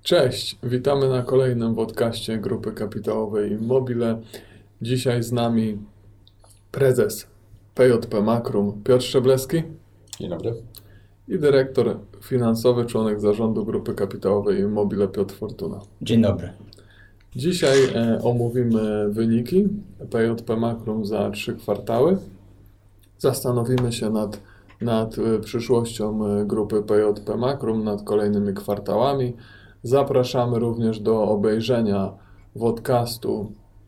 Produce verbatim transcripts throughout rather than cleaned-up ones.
Cześć, witamy na kolejnym podcaście Grupy Kapitałowej Immobile. Dzisiaj z nami prezes P J P Makrum Piotr Szczebleski. Dzień dobry. I dyrektor finansowy, członek zarządu Grupy Kapitałowej Immobile Piotr Fortuna. Dzień dobry. Dzisiaj e, omówimy wyniki P J P Makrum za trzy kwartały. Zastanowimy się nad, nad przyszłością grupy P J P Makrum, nad kolejnymi kwartałami. Zapraszamy również do obejrzenia podcastu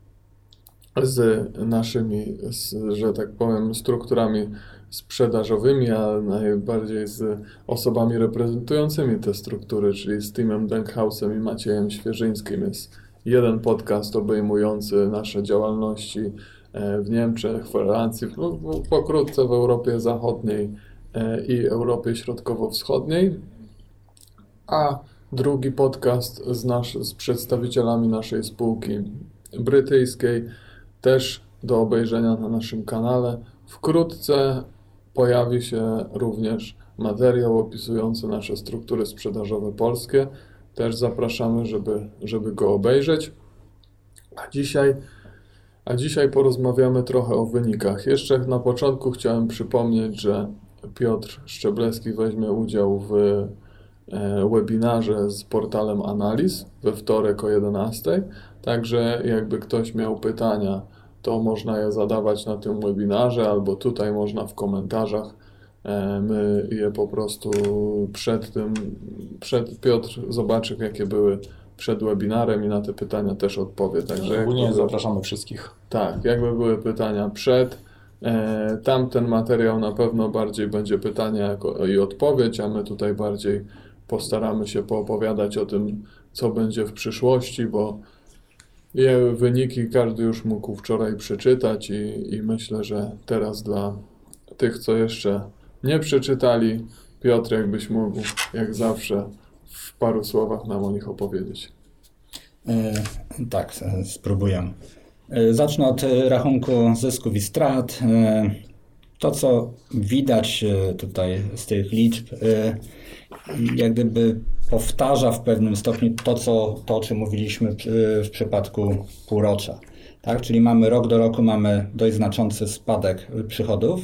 z naszymi, z, że tak powiem, strukturami sprzedażowymi, a najbardziej z osobami reprezentującymi te struktury, czyli z Timem Denkhausem i Maciejem Świeżyńskim. Jest jeden podcast obejmujący nasze działalności w Niemczech, w Francji, pokrótce w Europie Zachodniej i Europie Środkowo-Wschodniej, a drugi podcast z, nasz, z przedstawicielami naszej spółki brytyjskiej, też do obejrzenia na naszym kanale. Wkrótce pojawi się również materiał opisujący nasze struktury sprzedażowe polskie. Też zapraszamy, żeby, żeby go obejrzeć. A dzisiaj, a dzisiaj porozmawiamy trochę o wynikach. Jeszcze na początku chciałem przypomnieć, że Piotr Szczebleski weźmie udział w webinarze z portalem Analiz we wtorek o jedenastej, także jakby ktoś miał pytania, to można je zadawać na tym webinarze albo tutaj można w komentarzach. My je po prostu przed tym, przed Piotr zobaczy, jakie były przed webinarem i na te pytania też odpowie. Także ogólnie jakby, zapraszamy wszystkich. Tak, jakby były pytania przed, e, tamten materiał na pewno bardziej będzie pytania jako, i odpowiedź, a my tutaj bardziej postaramy się poopowiadać o tym, co będzie w przyszłości, bo je wyniki każdy już mógł wczoraj przeczytać i, i myślę, że teraz dla tych, co jeszcze nie przeczytali, Piotr, jakbyś mógł, jak zawsze, w paru słowach nam o nich opowiedzieć. E, tak, spróbuję. E, zacznę od rachunku zysków i strat. E, to, co widać tutaj z tych liczb, e, jak gdyby powtarza w pewnym stopniu to, co, to o czym mówiliśmy w, w przypadku półrocza. Tak? Czyli mamy rok do roku mamy dość znaczący spadek przychodów,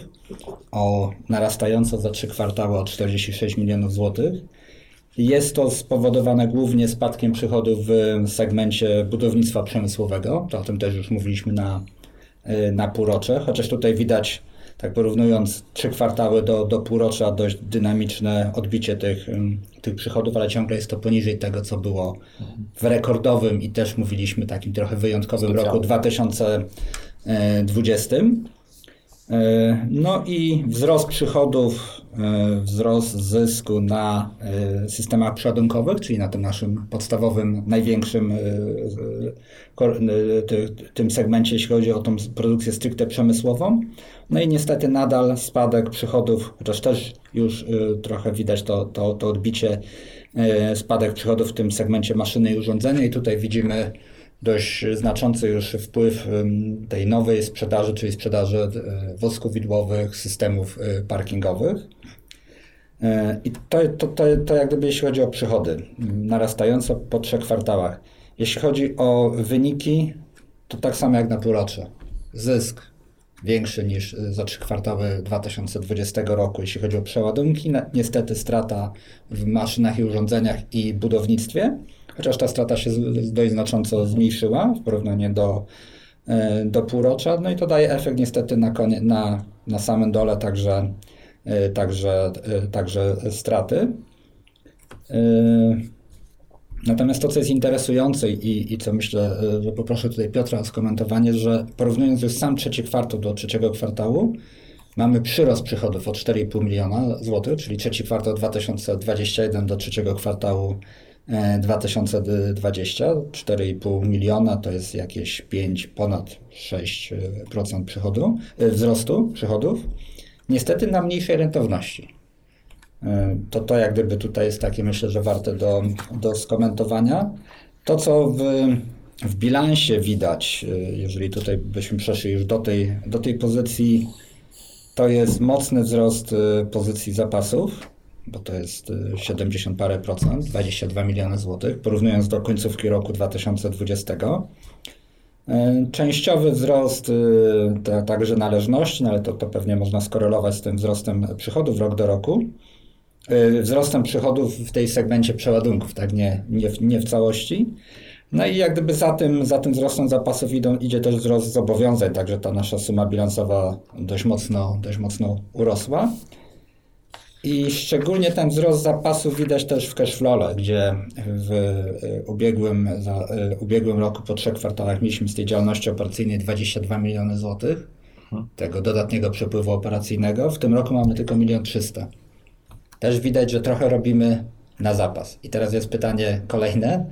o narastająco za trzy kwartały o czterdzieści sześć milionów złotych. Jest to spowodowane głównie spadkiem przychodów w segmencie budownictwa przemysłowego, to o tym też już mówiliśmy na, na półrocze, chociaż tutaj widać, tak porównując trzy kwartały do, do półrocza, dość dynamiczne odbicie tych, tych przychodów, ale ciągle jest to poniżej tego, co było w rekordowym i też mówiliśmy takim trochę wyjątkowym Specjalnie. roku dwa tysiące dwudziestym. No i wzrost przychodów, wzrost zysku na systemach przeładunkowych, czyli na tym naszym podstawowym, największym tym segmencie, jeśli chodzi o tą produkcję stricte przemysłową. No i niestety nadal spadek przychodów, chociaż też już trochę widać to, to, to odbicie, spadek przychodów w tym segmencie maszyny i urządzenia i tutaj widzimy dość znaczący już wpływ tej nowej sprzedaży, czyli sprzedaży wozków widłowych, systemów parkingowych. I to, to, to, to jak gdyby jeśli chodzi o przychody, narastająco po trzech kwartałach. Jeśli chodzi o wyniki, to tak samo jak na półrocze. Zysk większy niż za trzy kwartały dwa tysiące dwudziestego roku, jeśli chodzi o przeładunki. Niestety strata w maszynach i urządzeniach i budownictwie, chociaż ta strata się dość znacząco zmniejszyła w porównaniu do, do półrocza. No i to daje efekt niestety na, konie, na, na samym dole, także, także, także straty. Natomiast to, co jest interesujące i, i co myślę, że poproszę tutaj Piotra o skomentowanie, że porównując już sam trzeci kwartał do trzeciego kwartału, mamy przyrost przychodów o cztery i pół miliona złotych, czyli trzeci kwartał dwa tysiące dwudziesty pierwszy do trzeciego kwartału dwa tysiące dwudziestego. cztery i pół miliona to jest jakieś pięć, ponad sześć procent przychodu, wzrostu przychodów. Niestety na mniejszej rentowności. To to jak gdyby tutaj jest takie, myślę, że warte do, do skomentowania. To, co w, w bilansie widać, jeżeli tutaj byśmy przeszli już do tej, do tej pozycji, to jest mocny wzrost pozycji zapasów. bo to jest y, siedemdziesiąt parę procent, dwadzieścia dwa miliony złotych, porównując do końcówki roku dwa tysiące dwudziestego. Y, Częściowy wzrost, y, to także należności, no ale to, to pewnie można skorelować z tym wzrostem przychodów rok do roku. Y, Wzrostem przychodów w tej segmencie przeładunków, tak, nie, nie, w, nie w całości. No i jak gdyby za tym, za tym wzrostem zapasów idą, idzie też wzrost zobowiązań, także ta nasza suma bilansowa dość mocno, dość mocno urosła. I szczególnie ten wzrost zapasów widać też w cash flow, gdzie w ubiegłym, za, ubiegłym roku po trzech kwartałach mieliśmy z tej działalności operacyjnej dwadzieścia dwa miliony złotych, tego dodatniego przepływu operacyjnego. W tym roku mamy tylko milion trzysta. Też widać, że trochę robimy na zapas. I teraz jest pytanie kolejne,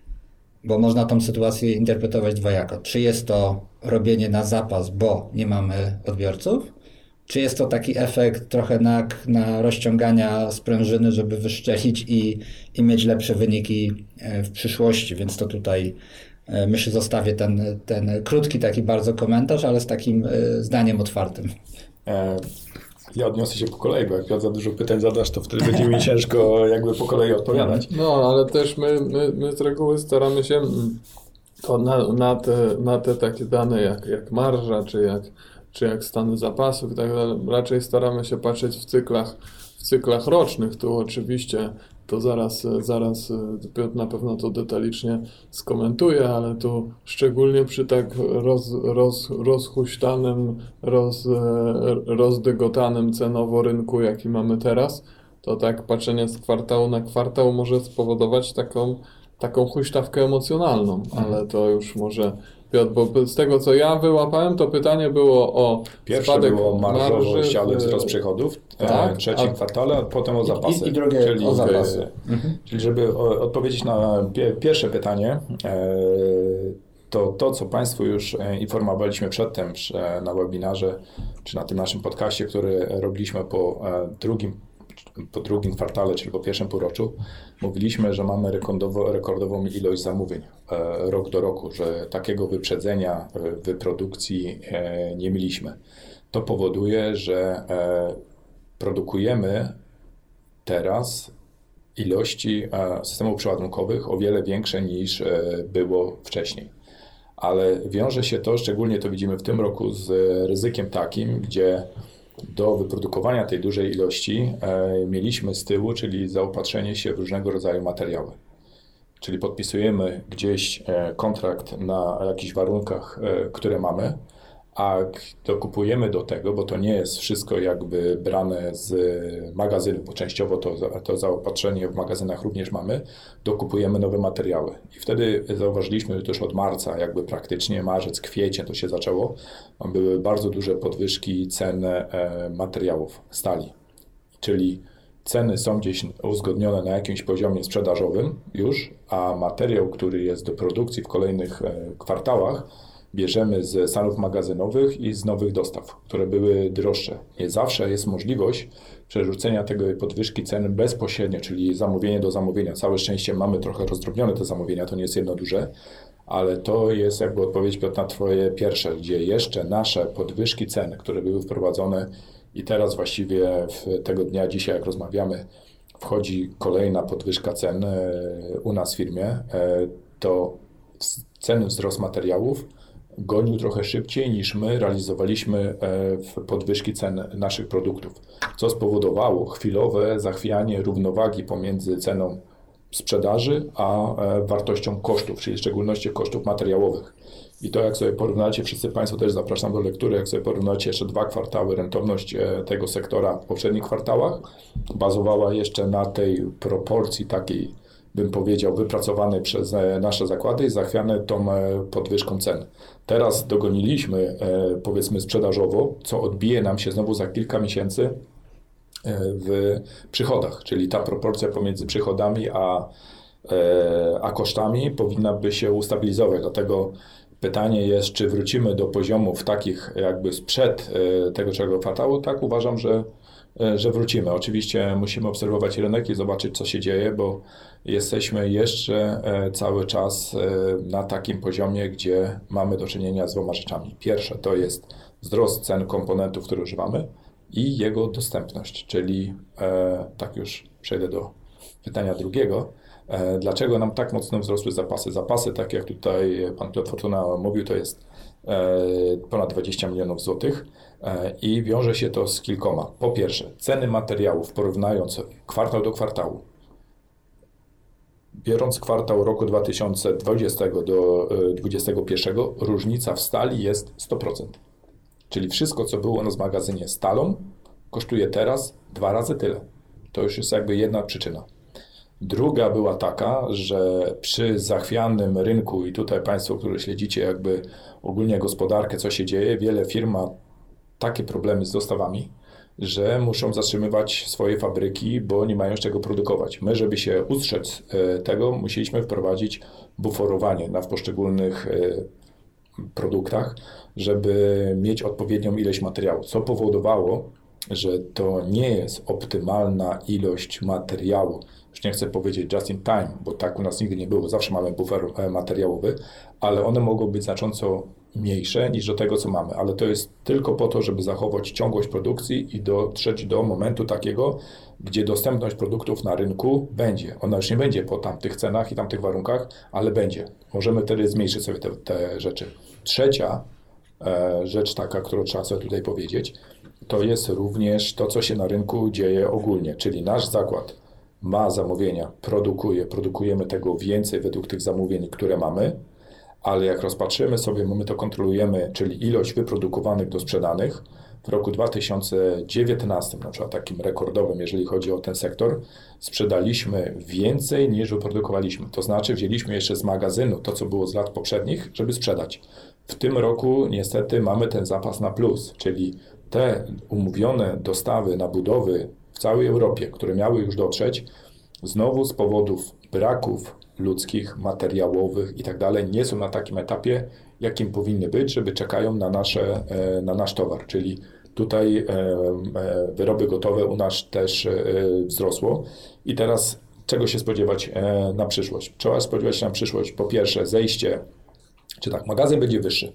bo można tą sytuację interpretować dwojako. Czy jest to robienie na zapas, bo nie mamy odbiorców? Czy jest to taki efekt trochę na, na rozciągania sprężyny, żeby wyszczelić i, i mieć lepsze wyniki w przyszłości? Więc to tutaj myślę, zostawię ten, ten krótki taki bardzo komentarz, ale z takim zdaniem otwartym. E, ja odniosę się po kolei, bo jak Piotr za dużo pytań zadasz, to wtedy będzie mi ciężko jakby po kolei odpowiadać. No, ale też my, my, my z reguły staramy się to na, na, te, na te takie dane jak, jak marża, czy jak czy jak stany zapasów i tak dalej, raczej staramy się patrzeć w cyklach, w cyklach rocznych. Tu oczywiście to zaraz, zaraz Piotr na pewno to detalicznie skomentuje, ale tu szczególnie przy tak roz, roz, rozhuśtanym, roz, rozdygotanym cenowo rynku, jaki mamy teraz, to tak patrzenie z kwartału na kwartał może spowodować taką, taką huśtawkę emocjonalną, ale to już może Piotr, bo z tego co ja wyłapałem, to pytanie było o Pierwsze spadek było marżowość, marży, ale wzrost przychodów tak, w trzecim a, kwartale, a potem o zapasy. I, i drugie czyli, o zapasy. Mhm. Czyli żeby o, odpowiedzieć na pie, pierwsze pytanie, e, to to, co Państwu już informowaliśmy przedtem na webinarze, czy na tym naszym podcaście, który robiliśmy po drugim po drugim kwartale, czyli po pierwszym półroczu, mówiliśmy, że mamy rekordowo, rekordową ilość zamówień e, rok do roku, że takiego wyprzedzenia w produkcji e, nie mieliśmy. To powoduje, że e, produkujemy teraz ilości e, systemów przeładunkowych o wiele większe niż e, było wcześniej. Ale wiąże się to, szczególnie to widzimy w tym roku, z ryzykiem takim, gdzie do wyprodukowania tej dużej ilości e, mieliśmy z tyłu, czyli zaopatrzenie się w różnego rodzaju materiały. Czyli podpisujemy gdzieś e, kontrakt na jakichś warunkach, e, które mamy, a dokupujemy do tego, bo to nie jest wszystko jakby brane z magazynu, bo częściowo to, to zaopatrzenie w magazynach również mamy, dokupujemy nowe materiały. I wtedy zauważyliśmy, że już od marca, jakby praktycznie marzec, kwiecień to się zaczęło, były bardzo duże podwyżki cen materiałów, stali. Czyli ceny są gdzieś uzgodnione na jakimś poziomie sprzedażowym już, a materiał, który jest do produkcji w kolejnych kwartałach, bierzemy z stanów magazynowych i z nowych dostaw, które były droższe. Nie zawsze jest możliwość przerzucenia tego podwyżki cen bezpośrednio, czyli zamówienie do zamówienia. Całe szczęście mamy trochę rozdrobnione te zamówienia, to nie jest jedno duże, ale to jest jakby odpowiedź, Piotr, na Twoje pierwsze, gdzie jeszcze nasze podwyżki cen, które były wprowadzone i teraz właściwie w tego dnia, dzisiaj jak rozmawiamy, wchodzi kolejna podwyżka cen u nas w firmie, to ceny wzrost materiałów gonił trochę szybciej niż my realizowaliśmy w podwyżki cen naszych produktów, co spowodowało chwilowe zachwianie równowagi pomiędzy ceną sprzedaży a wartością kosztów, czyli w szczególności kosztów materiałowych. I to jak sobie porównacie, wszyscy Państwo też zapraszam do lektury, jak sobie porównacie jeszcze dwa kwartały, rentowność tego sektora w poprzednich kwartałach bazowała jeszcze na tej proporcji takiej, bym powiedział, wypracowanej przez nasze zakłady i zachwiane tą podwyżką cen. Teraz dogoniliśmy, powiedzmy, sprzedażowo, co odbije nam się znowu za kilka miesięcy w przychodach, czyli ta proporcja pomiędzy przychodami a, a kosztami powinna by się ustabilizować. Dlatego pytanie jest, czy wrócimy do poziomów takich jakby sprzed tego trzeciego kwartału. Tak, uważam, że że wrócimy. Oczywiście musimy obserwować rynek i zobaczyć, co się dzieje, bo jesteśmy jeszcze cały czas na takim poziomie, gdzie mamy do czynienia z dwoma rzeczami. Pierwsze to jest wzrost cen komponentów, które używamy. i jego dostępność, czyli e, tak już przejdę do pytania drugiego. E, dlaczego nam tak mocno wzrosły zapasy? Zapasy, tak jak tutaj pan Piotr Fortuna mówił, to jest e, ponad dwadzieścia milionów złotych e, i wiąże się to z kilkoma. Po pierwsze, ceny materiałów porównując kwartał do kwartału. Biorąc kwartał roku dwa tysiące dwudziestego do dwa tysiące dwudziestego pierwszego, różnica w stali jest sto procent. Czyli wszystko, co było u nas w magazynie stalą, kosztuje teraz dwa razy tyle. To już jest jakby jedna przyczyna. Druga była taka, że przy zachwianym rynku i tutaj Państwo, którzy śledzicie jakby ogólnie gospodarkę, co się dzieje, wiele firm ma takie problemy z dostawami, że muszą zatrzymywać swoje fabryki, bo nie mają z czego produkować. My, żeby się ustrzec tego, musieliśmy wprowadzić buforowanie na poszczególnych produktach, żeby mieć odpowiednią ilość materiału, co powodowało, że to nie jest optymalna ilość materiału. Już nie chcę powiedzieć just in time, bo tak u nas nigdy nie było, zawsze mamy bufer materiałowy, ale one mogą być znacząco mniejsze niż do tego, co mamy, ale to jest tylko po to, żeby zachować ciągłość produkcji i dotrzeć do momentu takiego, gdzie dostępność produktów na rynku będzie. Ona już nie będzie po tamtych cenach i tamtych warunkach, ale będzie. Możemy wtedy zmniejszyć sobie te, te rzeczy. Trzecia e, rzecz taka, którą trzeba sobie tutaj powiedzieć, to jest również to, co się na rynku dzieje ogólnie, czyli nasz zakład ma zamówienia, produkuje, produkujemy tego więcej według tych zamówień, które mamy, ale jak rozpatrzymy sobie, my to kontrolujemy, czyli ilość wyprodukowanych do sprzedanych, w roku dwa tysiące dziewiętnastym, na przykład takim rekordowym, jeżeli chodzi o ten sektor, sprzedaliśmy więcej niż wyprodukowaliśmy. To znaczy wzięliśmy jeszcze z magazynu to, co było z lat poprzednich, żeby sprzedać. W tym roku niestety mamy ten zapas na plus, czyli te umówione dostawy na budowy w całej Europie, które miały już dotrzeć, znowu z powodów braków ludzkich, materiałowych i tak dalej, nie są na takim etapie, jakim powinny być, żeby czekają na, nasze, na nasz towar. Czyli tutaj wyroby gotowe u nas też wzrosło. I teraz czego się spodziewać na przyszłość? Trzeba spodziewać się na przyszłość, po pierwsze zejście, czy tak, magazyn będzie wyższy,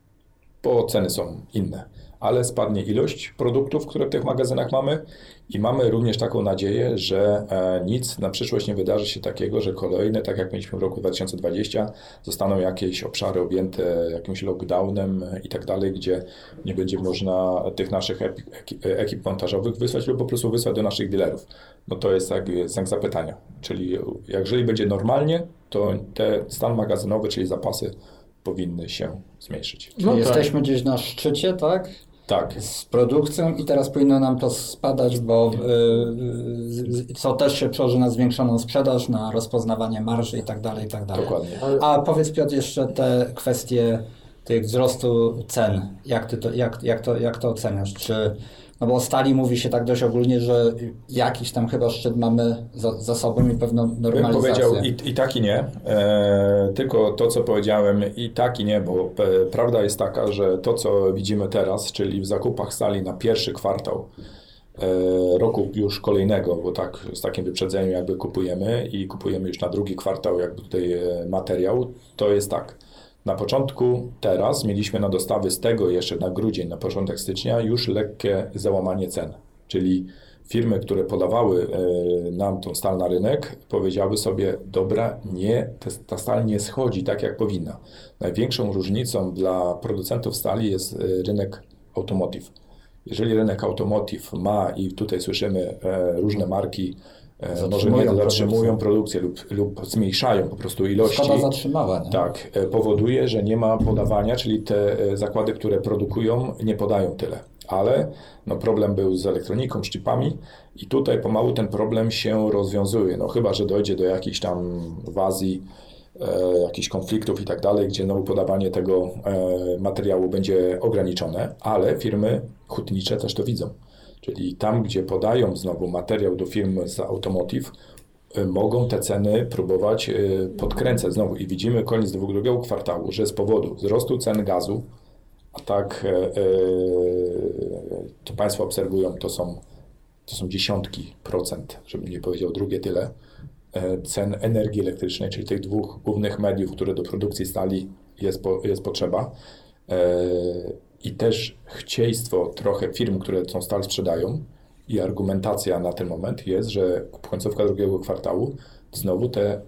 bo ceny są inne, ale spadnie ilość produktów, które w tych magazynach mamy i mamy również taką nadzieję, że e, nic na przyszłość nie wydarzy się takiego, że kolejne, tak jak mieliśmy w roku dwa tysiące dwudziestym, zostaną jakieś obszary objęte jakimś lockdownem i tak dalej, gdzie nie będzie można tych naszych ekip, ekip montażowych wysłać lub po prostu wysłać do naszych dealerów. No to jest tak, znak zapytania, czyli jeżeli będzie normalnie, to ten stan magazynowy, czyli zapasy powinny się zmniejszyć. No tak. Jesteśmy gdzieś na szczycie, tak? Tak. Z produkcją i teraz powinno nam to spadać, bo yy, co też się przełoży na zwiększoną sprzedaż, na rozpoznawanie marży i tak dalej, i tak dalej. Dokładnie. A powiedz Piotr jeszcze te kwestie tych wzrostu cen. Jak ty to, jak, jak to, jak to oceniasz? Czy, no bo o stali mówi się tak dość ogólnie, że jakiś tam chyba szczyt mamy za, za sobą i pewną normalizację. Bym powiedział i, i tak i nie, e, tylko to, co powiedziałem i tak i nie, bo e, prawda jest taka, że to, co widzimy teraz, czyli w zakupach stali na pierwszy kwartał e, roku już kolejnego, bo tak z takim wyprzedzeniem jakby kupujemy i kupujemy już na drugi kwartał jakby tutaj e, materiał, to jest tak. Na początku teraz mieliśmy na dostawy z tego jeszcze na grudzień, na początek stycznia już lekkie załamanie cen, czyli firmy, które podawały nam tą stal na rynek, powiedziały sobie, dobra, nie, ta stal nie schodzi tak jak powinna. Największą różnicą dla producentów stali jest rynek automotive. Jeżeli rynek automotive ma i tutaj słyszymy różne marki, Zatrzymują może nie zatrzymują produkcję lub, lub zmniejszają po prostu ilości. Szkoda zatrzymała, nie? Tak, powoduje, że nie ma podawania, czyli te zakłady, które produkują, nie podają tyle. Ale no, problem był z elektroniką, z chipami i tutaj pomału ten problem się rozwiązuje. No chyba, że dojdzie do jakichś tam w Azji, e, jakichś konfliktów i tak dalej, gdzie znowu podawanie tego e, materiału będzie ograniczone, ale firmy hutnicze też to widzą. Czyli tam, gdzie podają znowu materiał do firm z automotive, mogą te ceny próbować podkręcać znowu. I widzimy koniec drugiego kwartału, że z powodu wzrostu cen gazu, a tak to Państwo obserwują, to są, to są dziesiątki procent, żebym nie powiedział drugie tyle, cen energii elektrycznej, czyli tych dwóch głównych mediów, które do produkcji stali jest, po, jest potrzeba. i też chcieństwo trochę firm, które tą stal sprzedają i argumentacja na ten moment jest, że końcówka drugiego kwartału znowu te,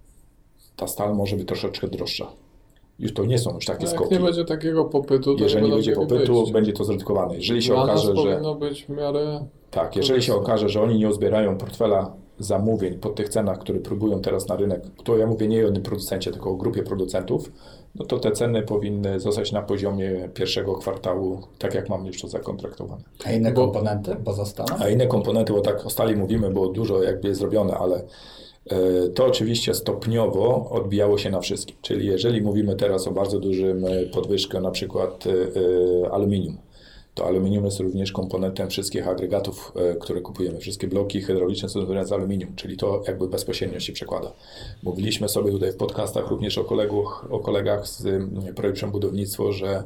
ta stal może być troszeczkę droższa. Już to nie są już takie Jak skoki. nie będzie takiego popytu, to Jeżeli nie będzie popytu, być. będzie to zredukowane. Jeżeli się Dla okaże, nas że... powinno być w miarę... Tak, jeżeli się okaże, że oni nie uzbierają portfela zamówień po tych cenach, które próbują teraz na rynek, to ja mówię nie o jednym producencie, tylko o grupie producentów, no to te ceny powinny zostać na poziomie pierwszego kwartału, tak jak mamy już to zakontraktowane. A inne Bo- komponenty pozostaną? A inne komponenty, bo tak o stali mówimy, bo dużo jakby jest zrobione, ale e, to oczywiście stopniowo odbijało się na wszystkim. Czyli jeżeli mówimy teraz o bardzo dużym e, podwyżkę, na przykład e, e, aluminium, to aluminium jest również komponentem wszystkich agregatów, e, które kupujemy. Wszystkie bloki hydrauliczne są zrobione z aluminium, czyli to jakby bezpośrednio się przekłada. Mówiliśmy sobie tutaj w podcastach również o, kolegów, o kolegach z mm, projektem budownictwo, że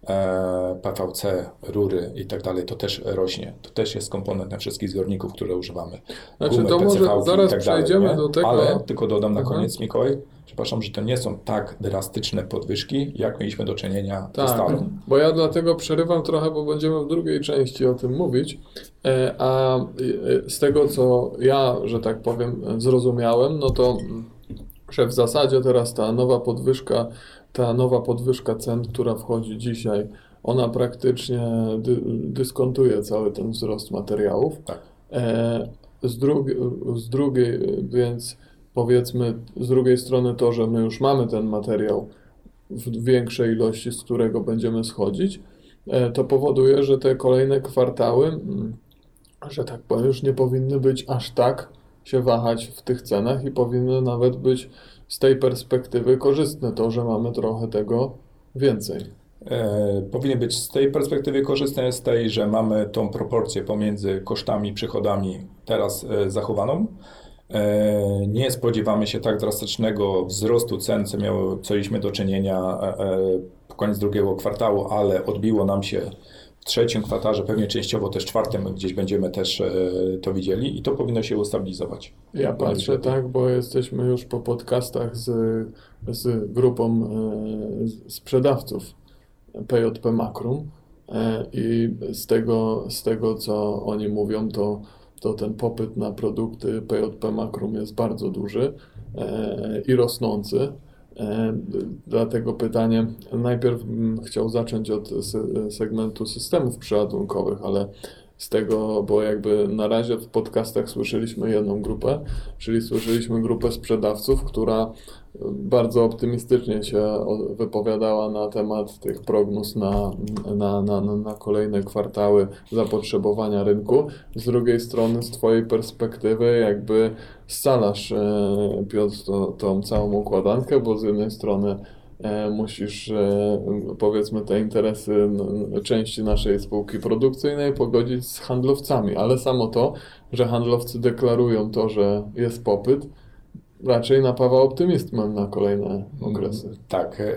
e, P V C, rury i tak dalej, to też rośnie. To też jest komponentem wszystkich zbiorników, które używamy. Znaczy, Gumy, to może P C V ki zaraz i tak dalej, przejdziemy nie? do tego. Ale tylko dodam na Mhm. koniec, Mikołaj, przepraszam, że to nie są tak drastyczne podwyżki, jak mieliśmy do czynienia ze Tak, stalą. bo ja dlatego przerywam trochę, bo będziemy w drugiej części o tym mówić, E, a e, z tego, co ja, że tak powiem, zrozumiałem, no to, mm, że w zasadzie teraz ta nowa podwyżka, ta nowa podwyżka cen, która wchodzi dzisiaj, ona praktycznie dy, dyskontuje cały ten wzrost materiałów. Tak. E, z, drugi, z drugiej, więc powiedzmy, z drugiej strony to, że my już mamy ten materiał w większej ilości, z którego będziemy schodzić, e, to powoduje, że te kolejne kwartały, mm, że tak powiem, już nie powinny być aż tak się wahać w tych cenach i powinny nawet być z tej perspektywy korzystne to, że mamy trochę tego więcej. E, powinien być z tej perspektywy korzystny, z tej, że mamy tą proporcję pomiędzy kosztami i przychodami teraz e, zachowaną. E, nie spodziewamy się tak drastycznego wzrostu cen, co, miało, co mieliśmy do czynienia e, e, po koniec drugiego kwartału, ale odbiło nam się w trzecim kwartale, pewnie częściowo też w czwartym gdzieś będziemy też e, to widzieli i to powinno się ustabilizować. Ja patrzę tak, bo jesteśmy już po podcastach z, z grupą e, sprzedawców P J P Makrum e, i z tego, z tego, co oni mówią, to, to ten popyt na produkty P J P Makrum jest bardzo duży e, i rosnący. E, dlatego pytanie, najpierw bym chciał zacząć od se- segmentu systemów przeładunkowych, ale z tego, bo jakby na razie w podcastach słyszeliśmy jedną grupę, czyli słyszeliśmy grupę sprzedawców, która bardzo optymistycznie się o- wypowiadała na temat tych prognoz na, na, na, na, na kolejne kwartały zapotrzebowania rynku. Z drugiej strony, z Twojej perspektywy, jakby scalasz, e, Piotr, to, tą całą układankę, bo z jednej strony e, musisz, e, powiedzmy, te interesy n- części naszej spółki produkcyjnej pogodzić z handlowcami, ale samo to, że handlowcy deklarują to, że jest popyt, raczej napawa optymizmem na kolejne okresy. Tak, e,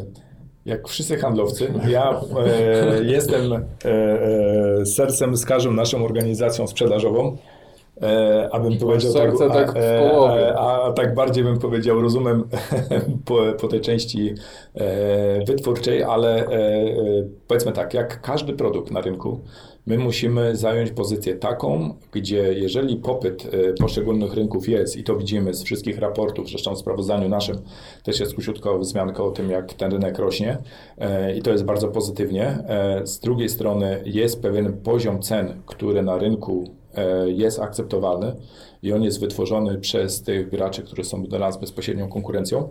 jak wszyscy handlowcy, ja e, jestem e, e, sercem z każdą naszą organizacją sprzedażową, e, abym powiedział serce tak, tak w e, połowie. a, a tak bardziej bym powiedział rozumem po, po tej części e, wytwórczej, ale e, e, powiedzmy tak, jak każdy produkt na rynku, my musimy zająć pozycję taką, gdzie jeżeli popyt e, poszczególnych rynków jest i to widzimy z wszystkich raportów, zresztą w sprawozdaniu naszym też jest króciutka wzmianka o tym, jak ten rynek rośnie e, i to jest bardzo pozytywnie. E, z drugiej strony jest pewien poziom cen, który na rynku e, jest akceptowalny i on jest wytworzony przez tych graczy, którzy są dla nas bezpośrednią konkurencją.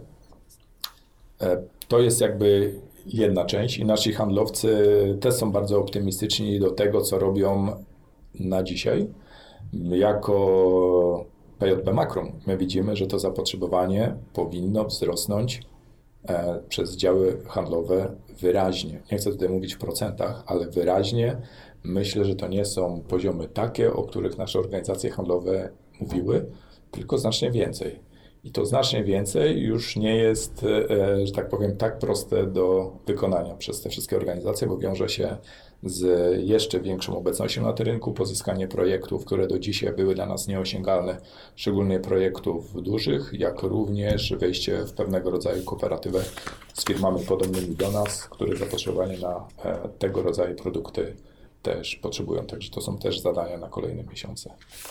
E, to jest jakby jedna część i nasi handlowcy też są bardzo optymistyczni do tego, co robią na dzisiaj. Jako P J P Makrum my widzimy, że to zapotrzebowanie powinno wzrosnąć e, przez działy handlowe wyraźnie. Nie chcę tutaj mówić w procentach, ale wyraźnie. Myślę, że to nie są poziomy takie, o których nasze organizacje handlowe mówiły, tylko znacznie więcej. I to znacznie więcej już nie jest, e, że tak powiem, tak proste do wykonania przez te wszystkie organizacje, bo wiąże się z jeszcze większą obecnością na tym rynku, pozyskanie projektów, które do dzisiaj były dla nas nieosiągalne, szczególnie projektów dużych, jak również wejście w pewnego rodzaju kooperatywę z firmami podobnymi do nas, które zapotrzebowanie na e, tego rodzaju produkty też potrzebują. Także to są też zadania na kolejne miesiące.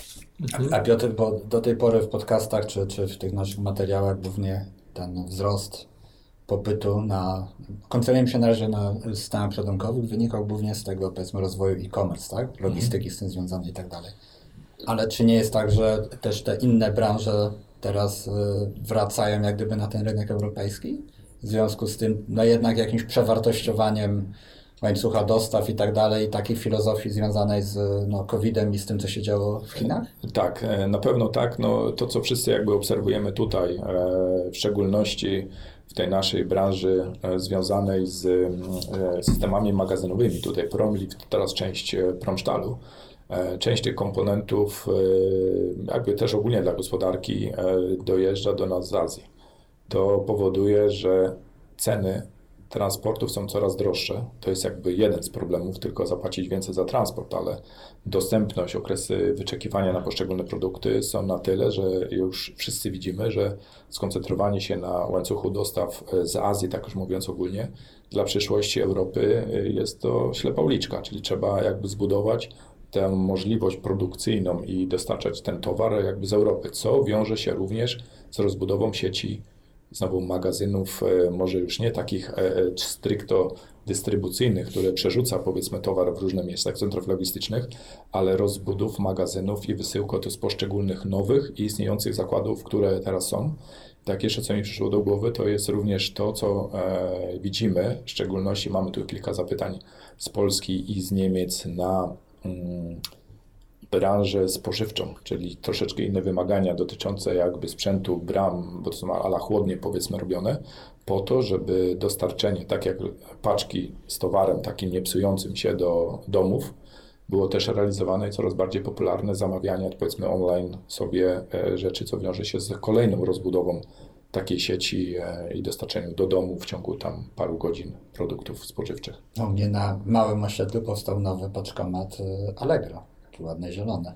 A, a Piotr, bo do tej pory w podcastach czy, czy w tych naszych materiałach głównie ten wzrost popytu na, koncentrujemy się na razie na systemach przeładunkowych, wynikał głównie z tego, powiedzmy, rozwoju e-commerce, tak? Logistyki z tym związanej i tak dalej. Ale czy nie jest tak, że też te inne branże teraz y, wracają jak gdyby na ten rynek europejski? W związku z tym, no jednak jakimś przewartościowaniem łańcucha dostaw i tak dalej, takiej filozofii związanej z no, kowidem i z tym, co się działo w Chinach? Tak, na pewno tak. No, to, co wszyscy jakby obserwujemy tutaj, w szczególności w tej naszej branży związanej z systemami magazynowymi, tutaj Promlift, teraz część Promsztalu, część tych komponentów jakby też ogólnie dla gospodarki dojeżdża do nas z Azji. To powoduje, że ceny transportów są coraz droższe. To jest jakby jeden z problemów, tylko zapłacić więcej za transport, ale dostępność, okresy wyczekiwania na poszczególne produkty są na tyle, że już wszyscy widzimy, że skoncentrowanie się na łańcuchu dostaw z Azji, tak już mówiąc ogólnie, dla przyszłości Europy jest to ślepa uliczka, czyli trzeba jakby zbudować tę możliwość produkcyjną i dostarczać ten towar jakby z Europy, co wiąże się również z rozbudową sieci znowu magazynów, może już nie takich stricto dystrybucyjnych, które przerzuca powiedzmy towar w różne miejsca, centrów logistycznych, ale rozbudów magazynów i wysyłko to z poszczególnych nowych i istniejących zakładów, które teraz są. Tak, jeszcze co mi przyszło do głowy, to jest również to, co e, widzimy, w szczególności mamy tu kilka zapytań z Polski i z Niemiec na mm, branżę spożywczą, czyli troszeczkę inne wymagania dotyczące jakby sprzętu, bram, bo to są ala chłodnie powiedzmy robione, po to, żeby dostarczenie, tak jak paczki z towarem takim niepsującym się do domów, było też realizowane i coraz bardziej popularne zamawianie powiedzmy online sobie rzeczy, co wiąże się z kolejną rozbudową takiej sieci i dostarczeniu do domu w ciągu tam paru godzin produktów spożywczych. U mnie na małym osiedlu powstał nowy paczkomat Allegro. Ładne zielone.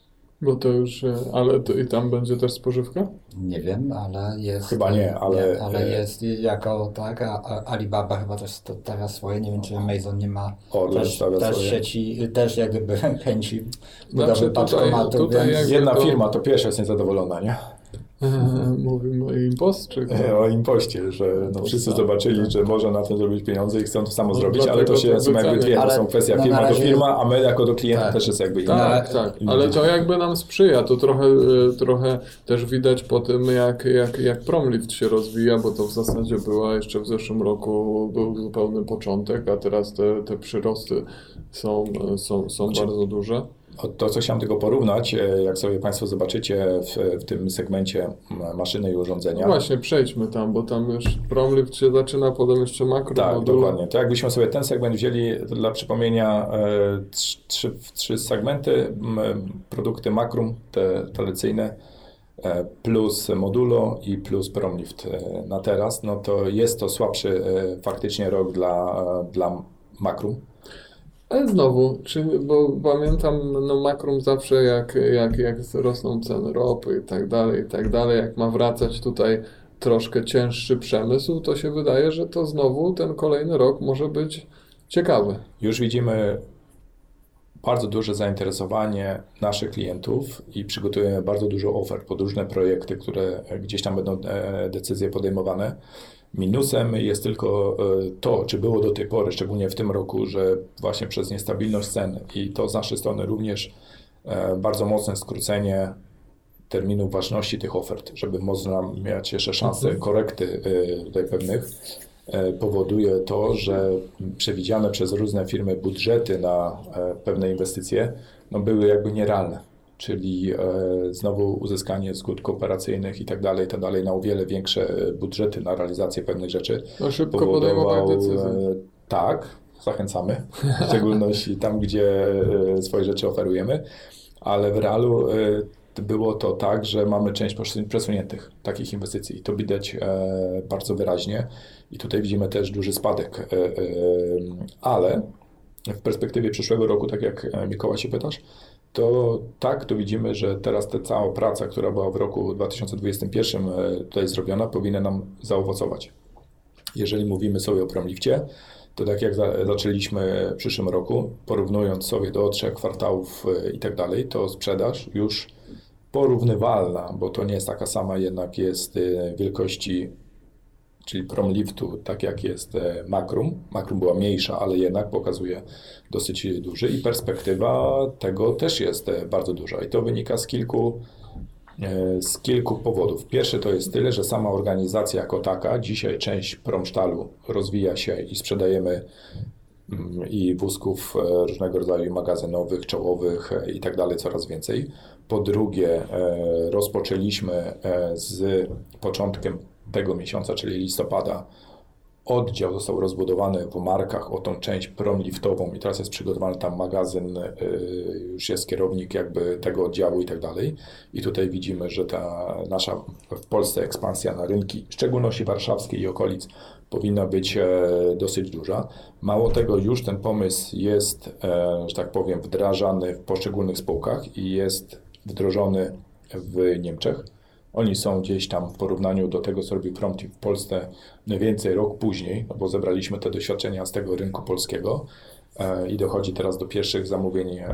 Bo to już, ale to i tam będzie też spożywka? Nie wiem, ale jest... Chyba nie, ale... Nie, ale jest jako, tak, a, a Alibaba chyba też stawia swoje, nie wiem, czy Amazon nie ma Orlen też, stawia też swoje. sieci, też jak gdyby chęci budowy Znaczy tutaj- paczkomatu, tutaj więc... jakby Jedna to- firma to pierwsza jest niezadowolona, nie? Mówimy o impost, czy O impoście, że no, wszyscy zobaczyli, że można na tym zrobić pieniądze i chcą to samo No, zrobić, ale to dlatego się to są jakby wycenię. dwie, to Ale są kwestia no, firma na do razie- firma, a my jako do klienta Tak. też jest jakby inna. Tak, No, tak, ale to jakby nam sprzyja, to trochę, e, trochę też widać po tym, jak, jak, jak Promlift się rozwija, bo to w zasadzie była jeszcze w zeszłym roku, był zupełny początek, a teraz te, te przyrosty są, e, są, są Znaczy- bardzo duże. O, To, co chciałem tylko porównać, e, jak sobie Państwo zobaczycie w, w tym segmencie m, maszyny i urządzenia. No właśnie, przejdźmy tam, bo tam już Promlift się zaczyna, potem jeszcze makro, Tak, moduł. dokładnie. To jakbyśmy sobie ten segment wzięli, to dla przypomnienia, e, trz- trzy, trzy segmenty, m, produkty Makrum, te tradycyjne, e, plus Modulo i plus Promlift e, na teraz, no to jest to słabszy e, faktycznie rok dla, e, dla Makrum. Ale znowu, czy, bo pamiętam, no Makrum zawsze jak, jak, jak rosną ceny ropy i tak dalej, i tak dalej, jak ma wracać tutaj troszkę cięższy przemysł, to się wydaje, że to znowu ten kolejny rok może być ciekawy. Już widzimy bardzo duże zainteresowanie naszych klientów i przygotujemy bardzo dużo ofert pod różne projekty, które gdzieś tam będą e, decyzje podejmowane. Minusem jest tylko e, to, czy było do tej pory, szczególnie w tym roku, że właśnie przez niestabilność cen i to z naszej strony również e, bardzo mocne skrócenie terminu ważności tych ofert, żeby można mieć jeszcze szansę korekty e, tutaj pewnych, e, powoduje to, że przewidziane przez różne firmy budżety na e, pewne inwestycje no, były jakby nierealne. Czyli e, znowu uzyskanie zgód kooperacyjnych i tak dalej, i tak dalej, na o wiele większe budżety na realizację pewnych rzeczy. No szybko podejmować decyzje. e, tak, zachęcamy, w szczególności tam, gdzie e, swoje rzeczy oferujemy, ale w realu e, było to tak, że mamy część przesuniętych takich inwestycji i to widać e, bardzo wyraźnie i tutaj widzimy też duży spadek, e, e, ale w perspektywie przyszłego roku, tak jak Mikołaj się pytasz, to tak, to widzimy, że teraz ta cała praca, która była w roku dwa tysiące dwudziestym pierwszym tutaj zrobiona, powinna nam zaowocować. Jeżeli mówimy sobie o Promlifcie, to tak jak za, zaczęliśmy w przyszłym roku, porównując sobie do trzech kwartałów i tak dalej, to sprzedaż już porównywalna, bo to nie jest taka sama, jednak jest wielkości, czyli Promliftu, tak jak jest Makrum. Makrum była mniejsza, ale jednak pokazuje dosyć duży i perspektywa tego też jest bardzo duża. I to wynika z kilku, z kilku powodów. Pierwszy to jest tyle, że sama organizacja jako taka, dzisiaj część Promsztalu rozwija się i sprzedajemy i wózków różnego rodzaju magazynowych, czołowych i tak dalej coraz więcej. Po drugie, rozpoczęliśmy z początkiem tego miesiąca, czyli listopada, oddział został rozbudowany w markach o tą część promliftową i teraz jest przygotowany tam magazyn, już jest kierownik jakby tego oddziału i tak dalej. I tutaj widzimy, że ta nasza w Polsce ekspansja na rynki, w szczególności warszawskiej i okolic, powinna być dosyć duża. Mało tego, już ten pomysł jest, że tak powiem, wdrażany w poszczególnych spółkach i jest wdrożony w Niemczech. Oni są gdzieś tam w porównaniu do tego, co robi Promtif w Polsce, mniej więcej rok później, no bo zebraliśmy te doświadczenia z tego rynku polskiego e, i dochodzi teraz do pierwszych zamówień e,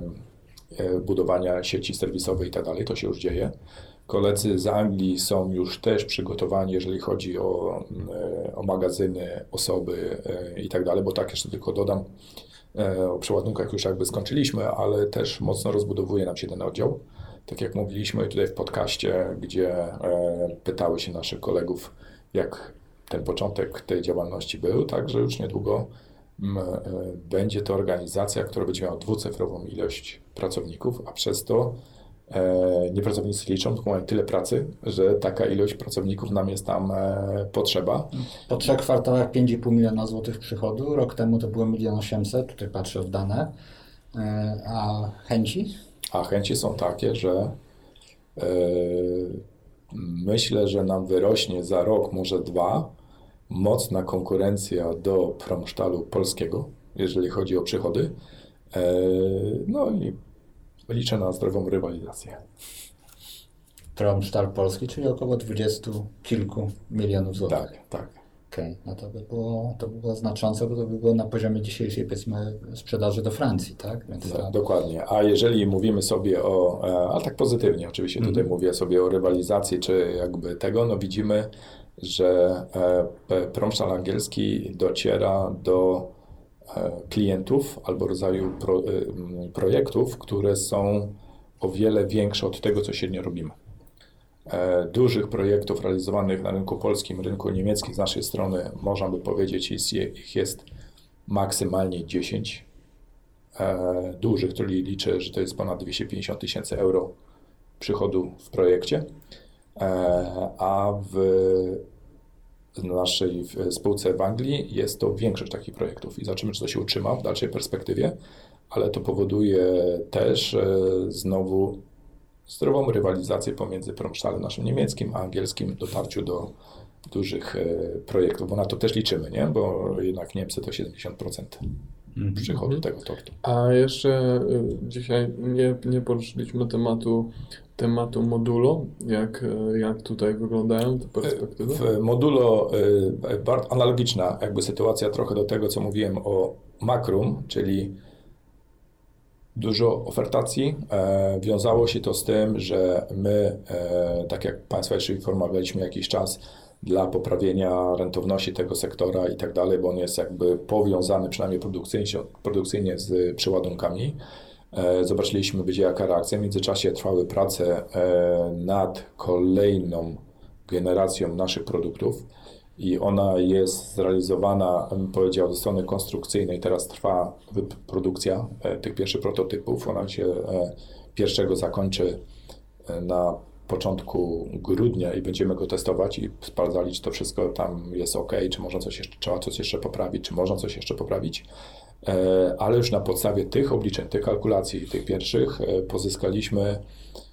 e, budowania sieci serwisowej i tak dalej, to się już dzieje. Koledzy z Anglii są już też przygotowani, jeżeli chodzi o, e, o magazyny, osoby e, i tak dalej, bo tak jeszcze tylko dodam, e, o przeładunkach już jakby skończyliśmy, ale też mocno rozbudowuje nam się ten oddział. Tak jak mówiliśmy tutaj w podcaście, gdzie e, pytały się naszych kolegów, jak ten początek tej działalności był, także już niedługo m, e, będzie to organizacja, która będzie miała dwucyfrową ilość pracowników, a przez to e, nie pracownicy liczą, tylko mają tyle pracy, że taka ilość pracowników nam jest tam e, potrzeba. Po trzech kwartałach pięć i pół miliona złotych przychodu, rok temu to było milion osiemset, tutaj patrzę w dane, e, a chęci? A chęci są takie, że yy, myślę, że nam wyrośnie za rok, może dwa, mocna konkurencja do Promsztalu polskiego, jeżeli chodzi o przychody. Yy, no i liczę na zdrową rywalizację. Promsztal polski, czyli około dwudziestu kilku milionów złotych. Tak, tak. Okej, okay. No to by było, to by było znaczące, bo to by było na poziomie dzisiejszej, powiedzmy, sprzedaży do Francji, tak? Więc to... No, dokładnie. A jeżeli mówimy sobie o, a tak pozytywnie oczywiście, tutaj mm-hmm. mówię sobie o rywalizacji, czy jakby tego, no widzimy, że Promsztal angielski dociera do klientów albo rodzaju pro, projektów, które są o wiele większe od tego, co średnio robimy. Dużych projektów realizowanych na rynku polskim, rynku niemieckim z naszej strony, można by powiedzieć, jest, ich jest maksymalnie dziesięć. Dużych, czyli liczę, że to jest ponad dwieście pięćdziesiąt tysięcy euro przychodu w projekcie, a w naszej spółce w Anglii jest to większość takich projektów i zobaczymy, czy to się utrzyma w dalszej perspektywie, ale to powoduje też znowu zdrową rywalizację pomiędzy Promsztalem naszym niemieckim a angielskim w dotarciu do dużych projektów, bo na to też liczymy, nie? Bo jednak Niemcy to siedemdziesiąt procent przychodu mm-hmm. tego tortu. A jeszcze dzisiaj nie, nie poruszyliśmy tematu, tematu Modulo, jak, jak tutaj wyglądają te perspektywy? W Modulo bardzo analogiczna jakby sytuacja trochę do tego, co mówiłem o Makrum, czyli dużo ofertacji. E, wiązało się to z tym, że my, e, tak jak Państwa jeszcze informowaliśmy jakiś czas, dla poprawienia rentowności tego sektora i tak dalej, bo on jest jakby powiązany przynajmniej produkcyjnie, produkcyjnie z przeładunkami. E, zobaczyliśmy, będzie jaka reakcja. W międzyczasie trwały prace e, nad kolejną generacją naszych produktów i ona jest zrealizowana, bym powiedział, ze strony konstrukcyjnej. Teraz trwa produkcja e, tych pierwszych prototypów. Ona się e, pierwszego zakończy e, na początku grudnia i będziemy go testować i sprawdzali, czy to wszystko tam jest ok, czy można coś jeszcze, trzeba coś jeszcze poprawić, czy można coś jeszcze poprawić. E, ale już na podstawie tych obliczeń, tych kalkulacji, tych pierwszych e, pozyskaliśmy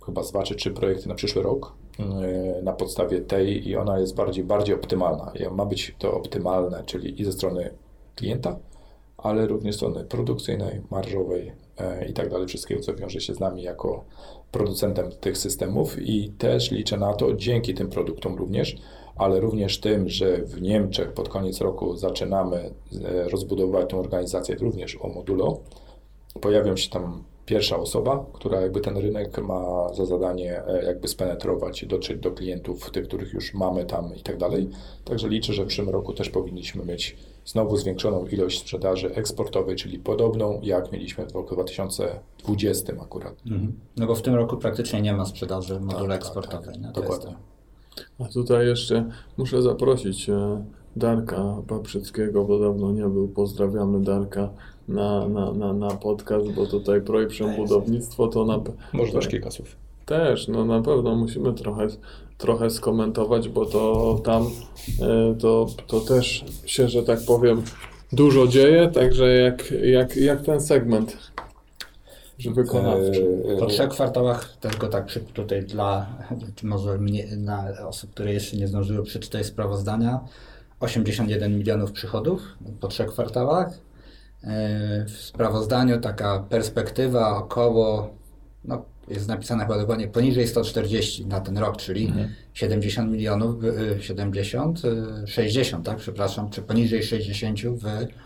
chyba z dwa czy trzy projekty na przyszły rok yy, na podstawie tej i ona jest bardziej, bardziej optymalna. I ma być to optymalne, czyli i ze strony klienta, ale również strony produkcyjnej, marżowej yy, i tak dalej, wszystkiego, co wiąże się z nami jako producentem tych systemów i też liczę na to, dzięki tym produktom również, ale również tym, że w Niemczech pod koniec roku zaczynamy rozbudowywać tę organizację również o modulo. Pojawią się tam pierwsza osoba, która jakby ten rynek ma za zadanie jakby spenetrować, dotrzeć do klientów, tych, których już mamy tam i tak dalej. Także liczę, że w przyszłym roku też powinniśmy mieć znowu zwiększoną ilość sprzedaży eksportowej, czyli podobną jak mieliśmy w roku dwa tysiące dwudziestym akurat. Mhm. No bo w tym roku praktycznie nie ma sprzedaży moduli tak, eksportowej. tak, nie? To dokładnie. jest A tutaj jeszcze muszę zaprosić e, Darka Paprzyckiego, bo dawno nie był. Pozdrawiamy Darka na, na, na, na podcast, bo tutaj projekt Budownictwo to na Może też kilka słów. też, no na pewno musimy trochę, trochę skomentować, bo to tam e, to, to też się, że tak powiem, dużo dzieje, także jak, jak, jak ten segment że wykonawczy. Po trzech kwartałach, tylko tak szybko tutaj dla może mnie, dla osób, które jeszcze nie zdążyły przeczytać sprawozdania, osiemdziesiąt jeden milionów przychodów po trzech kwartałach. W sprawozdaniu taka perspektywa około, no jest napisane chyba dokładnie poniżej sto czterdzieści na ten rok, czyli mhm. siedemdziesiąt milionów, siedemdziesiąt, sześćdziesiąt, tak, przepraszam, czy poniżej sześćdziesiąt w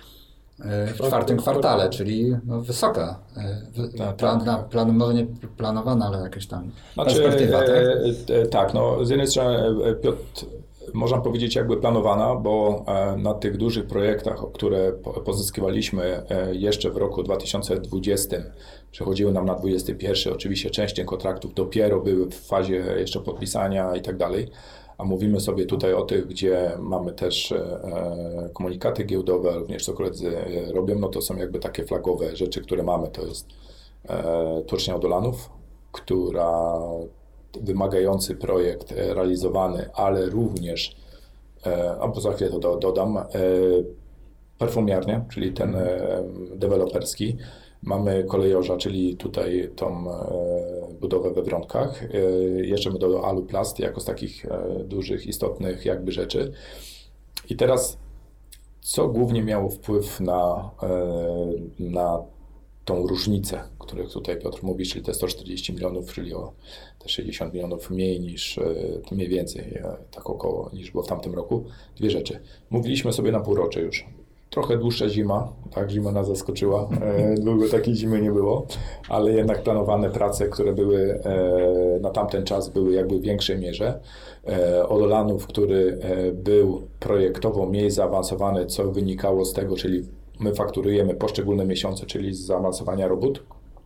w czwartym kwartale, czyli no wysoka, tak, plan, tak. Na, plan, może nie planowana, ale jakaś tam znaczy, perspektywa, tak? E, e, tak, no z jednej strony Piotr, można powiedzieć jakby planowana, bo e, na tych dużych projektach, które po, pozyskiwaliśmy e, jeszcze w roku dwa tysiące dwudziestym, przechodziły nam na dwudziesty pierwszy, oczywiście część tych kontraktów dopiero były w fazie jeszcze podpisania i tak dalej. A mówimy sobie tutaj o tych, gdzie mamy też e, komunikaty giełdowe, również co koledzy robią, no to są jakby takie flagowe rzeczy, które mamy. To jest e, Turcznia Odolanów, która wymagający projekt e, realizowany, ale również, e, a za chwilę to do, dodam, e, perfumiarnia, czyli ten e, deweloperski. Mamy kolejorza, czyli tutaj tą e, budowę we Wronkach. E, jeszcze my do Aluplast jako z takich e, dużych, istotnych jakby rzeczy. I teraz, co głównie miało wpływ na, e, na tą różnicę, o której tutaj Piotr mówi, czyli te sto czterdzieści milionów, czyli o te sześćdziesiąt milionów mniej niż, e, mniej więcej, e, tak około, niż było w tamtym roku. Dwie rzeczy. Mówiliśmy sobie na półrocze już. Trochę dłuższa zima, tak, zima nas zaskoczyła, e, długo takiej zimy nie było, ale jednak planowane prace, które były e, na tamten czas, były jakby w większej mierze. E, Odolanów, który e, był projektowo mniej zaawansowany, co wynikało z tego, czyli my fakturujemy poszczególne miesiące, czyli z zaawansowania robót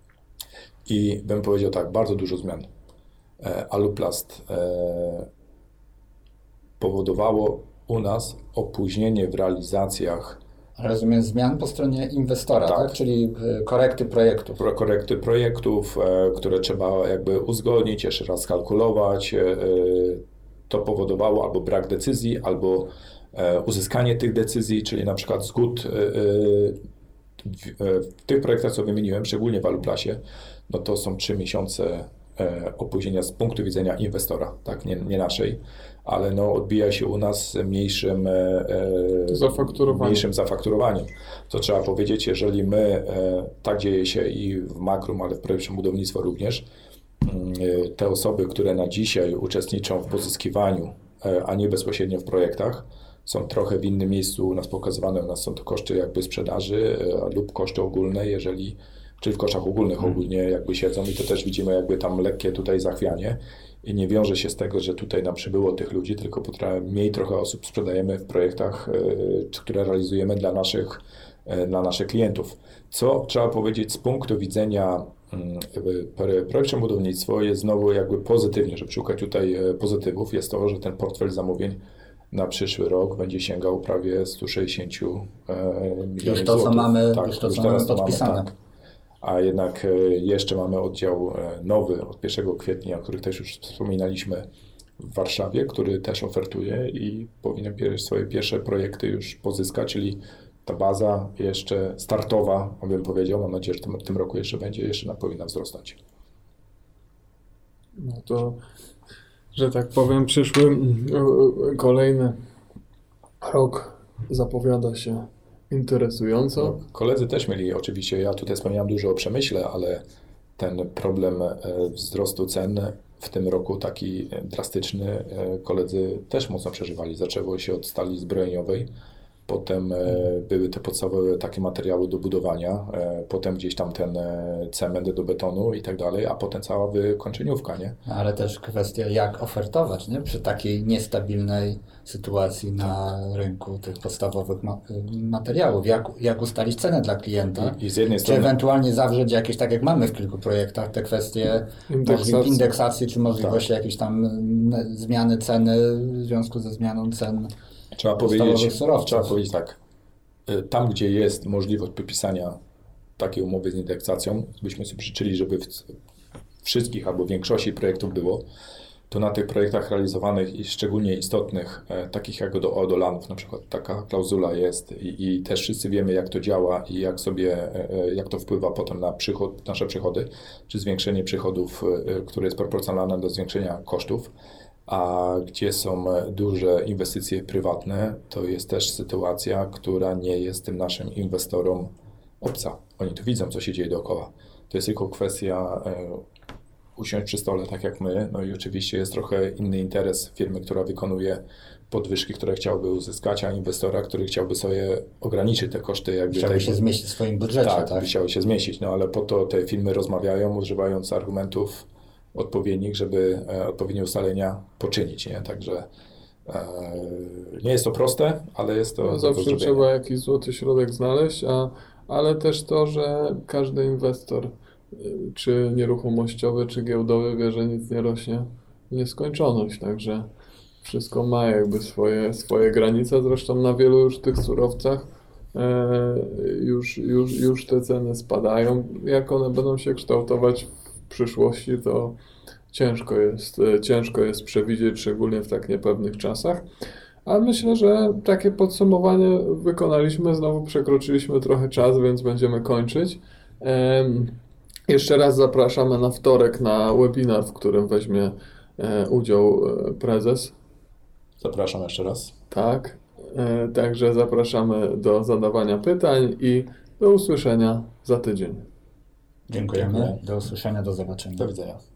i bym powiedział tak, bardzo dużo zmian. E, Aluplast e, powodowało u nas opóźnienie w realizacjach. Rozumiem, zmian po stronie inwestora, tak? Tak. Czyli korekty projektów. Pro, korekty projektów, e, które trzeba jakby uzgodnić, jeszcze raz skalkulować. E, to powodowało albo brak decyzji, albo e, uzyskanie tych decyzji, czyli na przykład zgód e, w, w tych projektach, co wymieniłem, szczególnie w Aluplasie, no to są trzy miesiące e, opóźnienia z punktu widzenia inwestora, tak, nie, nie naszej, ale no odbija się u nas mniejszym, e, Zafakturowaniem. mniejszym zafakturowaniem. To trzeba powiedzieć, jeżeli my, e, tak dzieje się i w Makrum, ale w projekcie budownictwa również, e, te osoby, które na dzisiaj uczestniczą w pozyskiwaniu, e, a nie bezpośrednio w projektach, są trochę w innym miejscu u nas pokazywane. U nas są to koszty jakby sprzedaży e, lub koszty ogólne, jeżeli, czyli w kosztach ogólnych ogólnie jakby siedzą i to też widzimy jakby tam lekkie tutaj zachwianie i nie wiąże się z tego, że tutaj nam przybyło tych ludzi, tylko potra- mniej trochę osób sprzedajemy w projektach, e, które realizujemy dla naszych, e, dla naszych klientów. Co trzeba powiedzieć z punktu widzenia mm, projektu budownictwo jest znowu jakby pozytywnie, żeby szukać tutaj e, pozytywów, jest to, że ten portfel zamówień na przyszły rok będzie sięgał prawie sto sześćdziesiąt milionów Już to, co złotych. mamy, tak, już to, już co teraz mamy to podpisane. tak. A jednak e, jeszcze mamy oddział e, nowy od pierwszego kwietnia, o których też już wspominaliśmy w Warszawie, który też ofertuje i powinien pier- swoje pierwsze projekty już pozyskać, czyli ta baza jeszcze startowa, bym powiedział, mam nadzieję, że w tym, w tym roku jeszcze będzie, jeszcze powinna wzrastać. No to, że tak powiem, przyszły mm, e, kolejny rok zapowiada się interesująco. No, koledzy też mieli oczywiście, ja tutaj wspomniałem dużo o przemyśle, ale ten problem e, wzrostu cen w tym roku taki drastyczny, e, koledzy też mocno przeżywali. Zaczęło się od stali zbrojeniowej, potem e, były te podstawowe takie materiały do budowania, e, potem gdzieś tam ten e, cement do betonu i tak dalej, a potem cała wykończeniówka, nie? Ale też kwestia, jak ofertować, nie? Przy takiej niestabilnej sytuacji na rynku tych podstawowych ma- materiałów. Jak, jak ustalić cenę dla klienta? I, i z jednej Czy strony... ewentualnie zawrzeć jakieś, tak jak mamy w kilku projektach, te kwestie Indeksacji. możli- indeksacji, czy możliwości Tak. jakiejś tam mm, zmiany ceny w związku ze zmianą cen Trzeba podstawowych powiedzieć, surowców. trzeba powiedzieć tak, y, tam gdzie jest możliwość podpisania takiej umowy z indeksacją, byśmy sobie życzyli, żeby w wszystkich albo w większości projektów było, to na tych projektach realizowanych i szczególnie istotnych, e, takich jak do Odolanów na przykład, taka klauzula jest i, i też wszyscy wiemy, jak to działa i jak sobie, e, jak to wpływa potem na przychod, nasze przychody, czy zwiększenie przychodów, e, które jest proporcjonalne do zwiększenia kosztów. A gdzie są duże inwestycje prywatne, to jest też sytuacja, która nie jest tym naszym inwestorom obca. Oni tu widzą, co się dzieje dookoła. To jest tylko kwestia e, usiąść przy stole, tak jak my. No i oczywiście jest trochę inny interes firmy, która wykonuje podwyżki, które chciałby uzyskać, a inwestora, który chciałby sobie ograniczyć te koszty. Jakby Chciałby tej- się zmieścić w swoim budżecie, tak, tak? chciały się zmieścić, no ale po to te firmy rozmawiają, używając argumentów odpowiednich, żeby e, odpowiednie ustalenia poczynić, nie? Także e, nie jest to proste, ale jest to No, do zawsze zrobienia. trzeba jakiś złoty środek znaleźć, a, ale też to, że każdy inwestor, y, czy nieruchomościowy, czy giełdowy, wie, że nic nie rośnie w nieskończoność, także wszystko ma jakby swoje, swoje granice. Zresztą na wielu już tych surowcach e, już, już, już te ceny spadają. Jak one będą się kształtować w przyszłości, to ciężko jest, e, ciężko jest przewidzieć, szczególnie w tak niepewnych czasach. A myślę, że takie podsumowanie wykonaliśmy. Znowu przekroczyliśmy trochę czas, więc będziemy kończyć. Em, Jeszcze raz zapraszamy na wtorek na webinar, w którym weźmie e, udział e, prezes. Zapraszam jeszcze raz. Tak. E, Także zapraszamy do zadawania pytań i do usłyszenia za tydzień. Dziękujemy. Dziękuję. Do usłyszenia, do zobaczenia. Do widzenia.